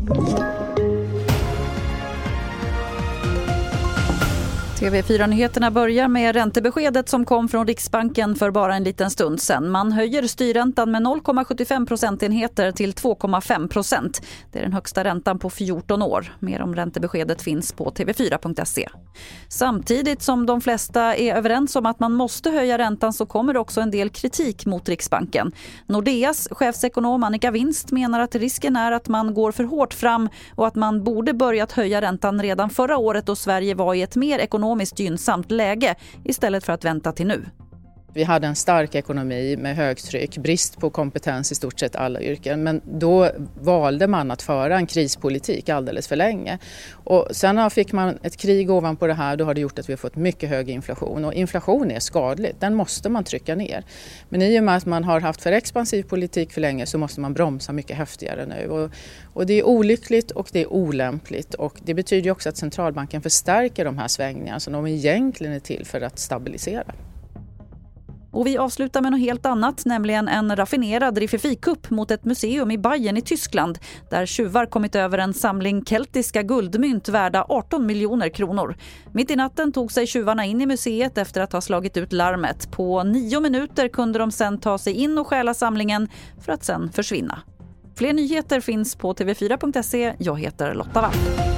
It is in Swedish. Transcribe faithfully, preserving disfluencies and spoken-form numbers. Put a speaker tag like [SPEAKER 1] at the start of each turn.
[SPEAKER 1] T V fyra-nyheterna börjar med räntebeskedet som kom från Riksbanken för bara en liten stund sedan. Man höjer styrräntan med noll komma sjuttiofem procentenheter till två komma fem procent. Det är den högsta räntan på fjorton år. Mer om räntebeskedet finns på t v fyra punkt se. Samtidigt som de flesta är överens om att man måste höja räntan så kommer också en del kritik mot Riksbanken. Nordeas chefsekonom Annika Winst menar att risken är att man går för hårt fram och att man borde börjat höja räntan redan förra året då Sverige var i ett mer ekonomiskt gynnsamt läge istället för att vänta till nu.
[SPEAKER 2] Vi hade en stark ekonomi med högtryck, brist på kompetens i stort sett alla yrken. Men då valde man att föra en krispolitik alldeles för länge. Och sen fick man ett krig ovanpå det här, då har det gjort att vi har fått mycket hög inflation. Och inflation är skadligt, den måste man trycka ner. Men i och med att man har haft för expansiv politik för länge så måste man bromsa mycket häftigare nu. Och, och det är olyckligt och det är olämpligt. Och det betyder också att centralbanken förstärker de här svängningarna som de egentligen är till för att stabilisera.
[SPEAKER 1] Och vi avslutar med något helt annat, nämligen en raffinerad riffifikkupp mot ett museum i Bayern i Tyskland där tjuvar kommit över en samling keltiska guldmynt värda arton miljoner kronor. Mitt i natten tog sig tjuvarna in i museet efter att ha slagit ut larmet. På nio minuter kunde de sedan ta sig in och stjäla samlingen för att sedan försvinna. Fler nyheter finns på t v fyra punkt se. Jag heter Lotta Wall.